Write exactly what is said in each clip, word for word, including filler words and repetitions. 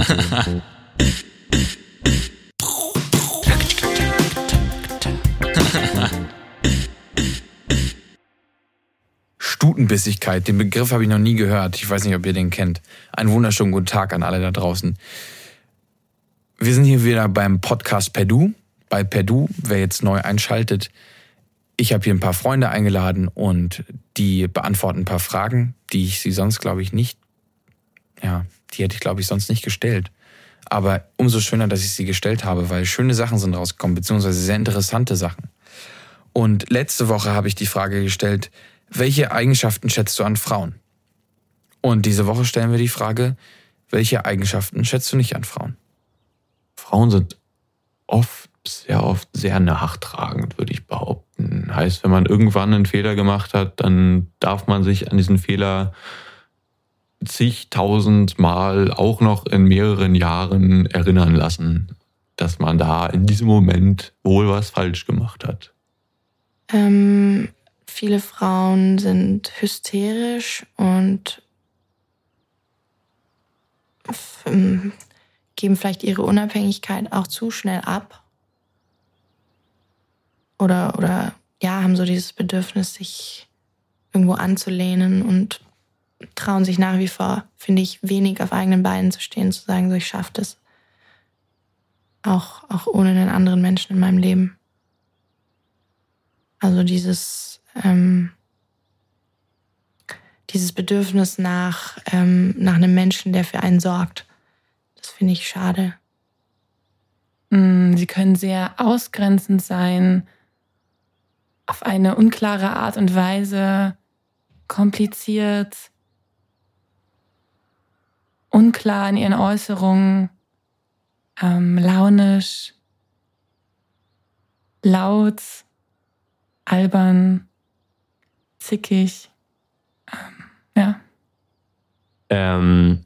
Stutenbissigkeit, den Begriff habe ich noch nie gehört. Ich weiß nicht, ob ihr den kennt. Einen wunderschönen guten Tag an alle da draußen. Wir sind hier wieder beim Podcast Perdu. Bei Perdu, wer jetzt neu einschaltet, ich habe hier ein paar Freunde eingeladen und die beantworten ein paar Fragen, die ich sie sonst, glaube ich, nicht, ja, die hätte ich, glaube ich, sonst nicht gestellt. Aber umso schöner, dass ich sie gestellt habe, weil schöne Sachen sind rausgekommen, beziehungsweise sehr interessante Sachen. Und letzte Woche habe ich die Frage gestellt, welche Eigenschaften schätzt du an Frauen? Und diese Woche stellen wir die Frage, welche Eigenschaften schätzt du nicht an Frauen? Frauen sind oft, sehr oft sehr nachtragend, würde ich behaupten. Heißt, wenn man irgendwann einen Fehler gemacht hat, dann darf man sich an diesen Fehler zigtausend Mal auch noch in mehreren Jahren erinnern lassen, dass man da in diesem Moment wohl was falsch gemacht hat. Ähm, viele Frauen sind hysterisch und f- ähm, geben vielleicht ihre Unabhängigkeit auch zu schnell ab. Oder, oder ja, haben so dieses Bedürfnis, sich irgendwo anzulehnen und trauen sich nach wie vor, finde ich, wenig auf eigenen Beinen zu stehen, zu sagen, so ich schaffe das. Auch, auch ohne einen anderen Menschen in meinem Leben. Also dieses, ähm, dieses Bedürfnis nach, ähm, nach einem Menschen, der für einen sorgt. Das finde ich schade. Sie können sehr ausgrenzend sein, auf eine unklare Art und Weise, kompliziert, unklar in ihren Äußerungen, ähm, launisch, laut, albern, zickig. Ähm, ja. Ähm,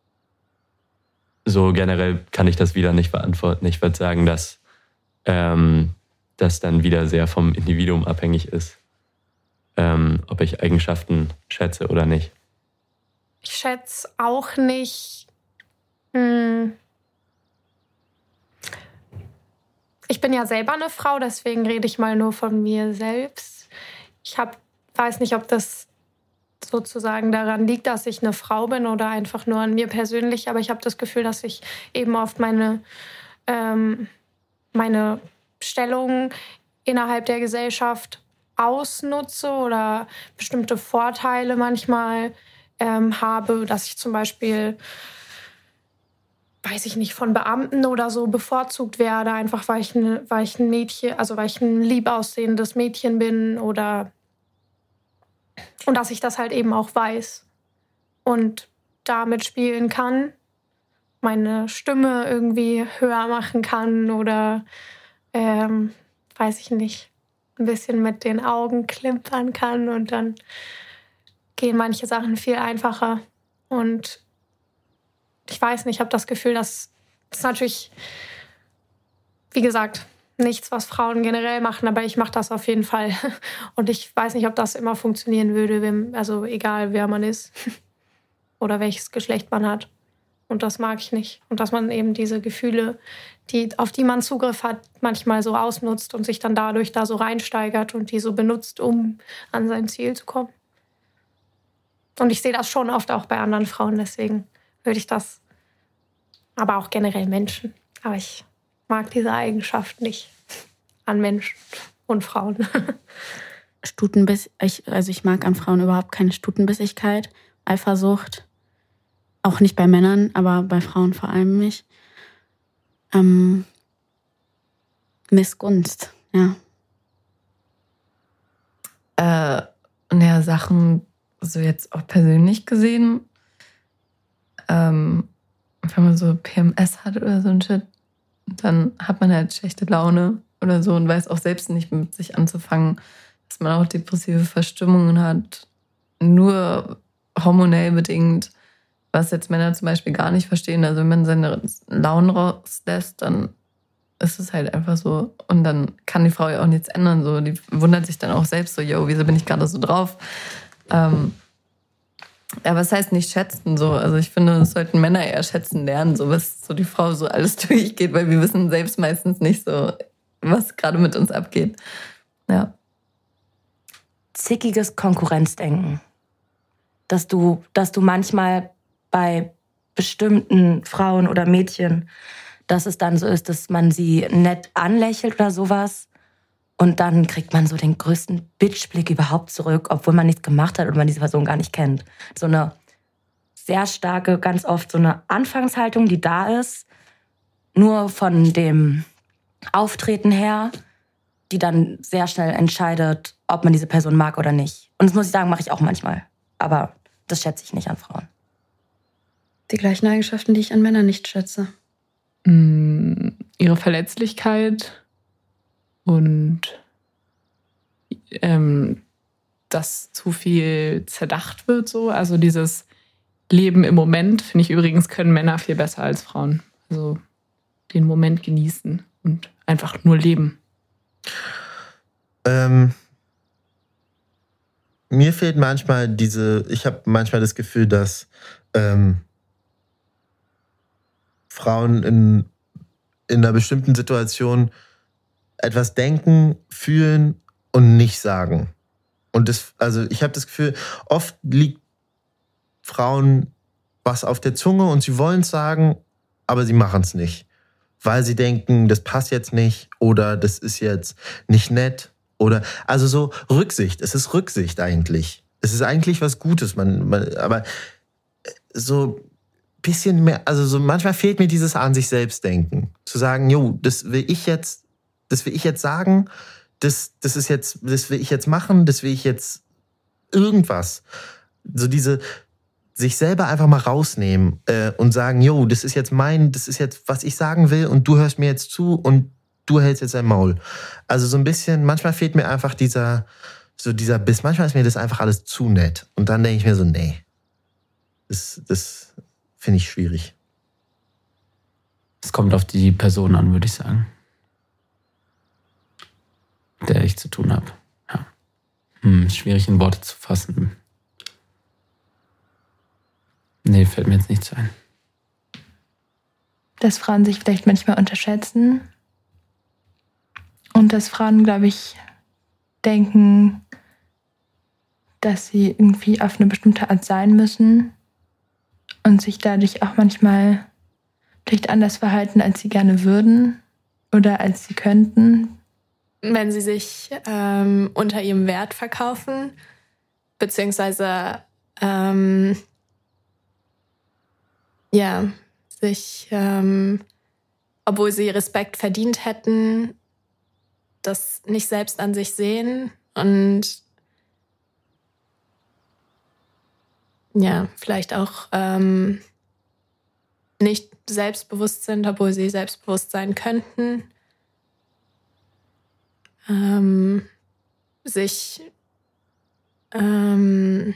so generell kann ich das wieder nicht beantworten. Ich würde sagen, dass ähm, das dann wieder sehr vom Individuum abhängig ist, ähm, ob ich Eigenschaften schätze oder nicht. Ich schätze auch nicht. Hm. Ich bin ja selber eine Frau, deswegen rede ich mal nur von mir selbst. Ich hab, weiß nicht, ob das sozusagen daran liegt, dass ich eine Frau bin oder einfach nur an mir persönlich, aber ich habe das Gefühl, dass ich eben oft meine, ähm, meine Stellung innerhalb der Gesellschaft ausnutze oder bestimmte Vorteile manchmal ähm, habe, dass ich zum Beispiel, weiß ich nicht, von Beamten oder so bevorzugt werde, einfach weil ich, ne, weil ich ein Mädchen, also weil ich ein lieb aussehendes Mädchen bin oder und dass ich das halt eben auch weiß und damit spielen kann, meine Stimme irgendwie höher machen kann oder ähm, weiß ich nicht, ein bisschen mit den Augen klimpern kann und dann gehen manche Sachen viel einfacher. Und ich weiß nicht, ich habe das Gefühl, dass das natürlich, wie gesagt, nichts, was Frauen generell machen, aber ich mache das auf jeden Fall. Und ich weiß nicht, ob das immer funktionieren würde, wem, also egal, wer man ist oder welches Geschlecht man hat. Und das mag ich nicht. Und dass man eben diese Gefühle, die, auf die man Zugriff hat, manchmal so ausnutzt und sich dann dadurch da so reinsteigert und die so benutzt, um an sein Ziel zu kommen. Und ich sehe das schon oft auch bei anderen Frauen, deswegen würde ich das, aber auch generell Menschen. Aber ich mag diese Eigenschaft nicht an Menschen und Frauen. Stutenbiss, ich, also ich mag an Frauen überhaupt keine Stutenbissigkeit, Eifersucht. Auch nicht bei Männern, aber bei Frauen vor allem nicht. Ähm, Missgunst, ja. Äh, naja, Sachen so jetzt auch persönlich gesehen, ähm, wenn man so P M S hat oder so ein Shit, dann hat man halt schlechte Laune oder so und weiß auch selbst nicht mit sich anzufangen, dass man auch depressive Verstimmungen hat, nur hormonell bedingt, was jetzt Männer zum Beispiel gar nicht verstehen. Also wenn man seine Launen rauslässt, dann ist es halt einfach so. Und dann kann die Frau ja auch nichts ändern. So. Die wundert sich dann auch selbst so, yo, wieso bin ich gerade so drauf? Ähm, Ja, was heißt nicht schätzen so? Also ich finde, das sollten Männer eher schätzen lernen, so was so die Frau so alles durchgeht, weil wir wissen selbst meistens nicht so, was gerade mit uns abgeht. Ja. Zickiges Konkurrenzdenken. Dass du, dass du manchmal bei bestimmten Frauen oder Mädchen, dass es dann so ist, dass man sie nett anlächelt oder sowas. Und dann kriegt man so den größten Bitchblick überhaupt zurück, obwohl man nichts gemacht hat oder man diese Person gar nicht kennt. So eine sehr starke, ganz oft so eine Anfangshaltung, die da ist, nur von dem Auftreten her, die dann sehr schnell entscheidet, ob man diese Person mag oder nicht. Und das muss ich sagen, mache ich auch manchmal. Aber das schätze ich nicht an Frauen. Die gleichen Eigenschaften, die ich an Männern nicht schätze. Mm, ihre Verletzlichkeit und ähm, dass zu viel zerdacht wird so. Also dieses Leben im Moment, finde ich übrigens, können Männer viel besser als Frauen. Also den Moment genießen und einfach nur leben. Ähm, mir fehlt manchmal diese, ich habe manchmal das Gefühl, dass ähm, Frauen in, in einer bestimmten Situation etwas denken, fühlen und nicht sagen. Und das, also ich habe das Gefühl, oft liegt Frauen was auf der Zunge und sie wollen es sagen, aber sie machen es nicht. Weil sie denken, das passt jetzt nicht oder das ist jetzt nicht nett. Oder, also so Rücksicht. Es ist Rücksicht eigentlich. Es ist eigentlich was Gutes. Man, man, aber so ein bisschen mehr, also so manchmal fehlt mir dieses an sich selbst denken. Zu sagen, jo, das will ich jetzt, das will ich jetzt sagen, das, das ist jetzt, das will ich jetzt machen, das will ich jetzt irgendwas. So diese, sich selber einfach mal rausnehmen äh, und sagen, jo, das ist jetzt mein, das ist jetzt, was ich sagen will und du hörst mir jetzt zu und du hältst jetzt dein Maul. Also so ein bisschen, manchmal fehlt mir einfach dieser, so dieser Biss. Manchmal ist mir das einfach alles zu nett. Und dann denke ich mir so, nee, das, das finde ich schwierig. Es kommt auf die Person an, würde ich sagen, mit der ich zu tun habe. Ja. Hm, schwierig in Worte zu fassen. Nee, fällt mir jetzt nichts ein. Dass Frauen sich vielleicht manchmal unterschätzen. Und dass Frauen, glaube ich, denken, dass sie irgendwie auf eine bestimmte Art sein müssen und sich dadurch auch manchmal vielleicht anders verhalten, als sie gerne würden oder als sie könnten. Wenn sie sich ähm, unter ihrem Wert verkaufen, beziehungsweise ähm, ja, sich, ähm, obwohl sie Respekt verdient hätten, das nicht selbst an sich sehen und ja, vielleicht auch ähm, nicht selbstbewusst sind, obwohl sie selbstbewusst sein könnten. Ähm, sich ähm,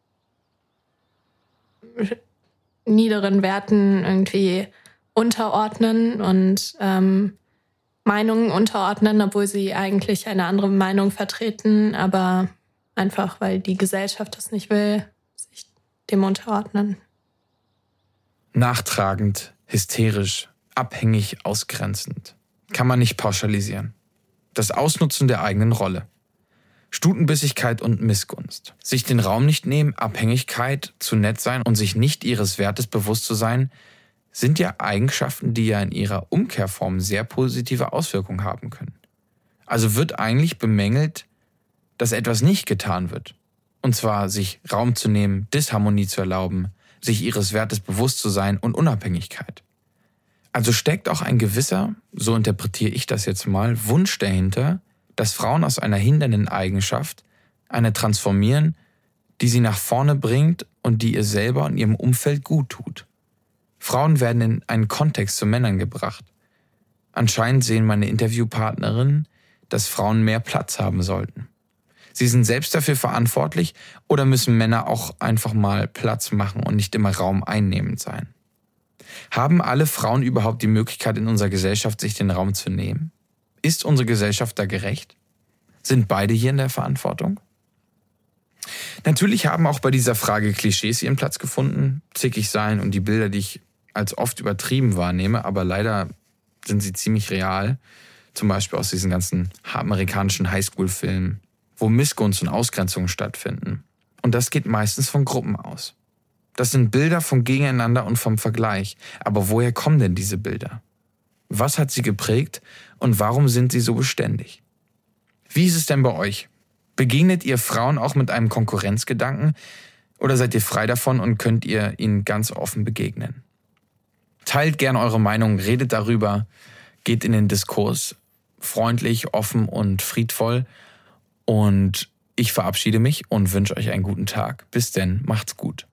niederen Werten irgendwie unterordnen und ähm, Meinungen unterordnen, obwohl sie eigentlich eine andere Meinung vertreten, aber einfach, weil die Gesellschaft das nicht will, sich dem unterordnen. Nachtragend, hysterisch, abhängig, ausgrenzend. Kann man nicht pauschalisieren. Das Ausnutzen der eigenen Rolle. Stutenbissigkeit und Missgunst. Sich den Raum nicht nehmen, Abhängigkeit, zu nett sein und sich nicht ihres Wertes bewusst zu sein, sind ja Eigenschaften, die ja in ihrer Umkehrform sehr positive Auswirkungen haben können. Also wird eigentlich bemängelt, dass etwas nicht getan wird. Und zwar sich Raum zu nehmen, Disharmonie zu erlauben, sich ihres Wertes bewusst zu sein und Unabhängigkeit. Also steckt auch ein gewisser, so interpretiere ich das jetzt mal, Wunsch dahinter, dass Frauen aus einer hindernden Eigenschaft eine transformieren, die sie nach vorne bringt und die ihr selber und ihrem Umfeld gut tut. Frauen werden in einen Kontext zu Männern gebracht. Anscheinend sehen meine Interviewpartnerinnen, dass Frauen mehr Platz haben sollten. Sie sind selbst dafür verantwortlich oder müssen Männer auch einfach mal Platz machen und nicht immer Raum einnehmend sein? Haben alle Frauen überhaupt die Möglichkeit in unserer Gesellschaft, sich den Raum zu nehmen? Ist unsere Gesellschaft da gerecht? Sind beide hier in der Verantwortung? Natürlich haben auch bei dieser Frage Klischees ihren Platz gefunden. Zickig sein und die Bilder, die ich als oft übertrieben wahrnehme, aber leider sind sie ziemlich real. Zum Beispiel aus diesen ganzen amerikanischen Highschool-Filmen, wo Missgunst und Ausgrenzung stattfinden. Und das geht meistens von Gruppen aus. Das sind Bilder vom Gegeneinander und vom Vergleich. Aber woher kommen denn diese Bilder? Was hat sie geprägt und warum sind sie so beständig? Wie ist es denn bei euch? Begegnet ihr Frauen auch mit einem Konkurrenzgedanken oder seid ihr frei davon und könnt ihr ihnen ganz offen begegnen? Teilt gern eure Meinung, redet darüber, geht in den Diskurs, freundlich, offen und friedvoll. Und ich verabschiede mich und wünsche euch einen guten Tag. Bis denn, macht's gut.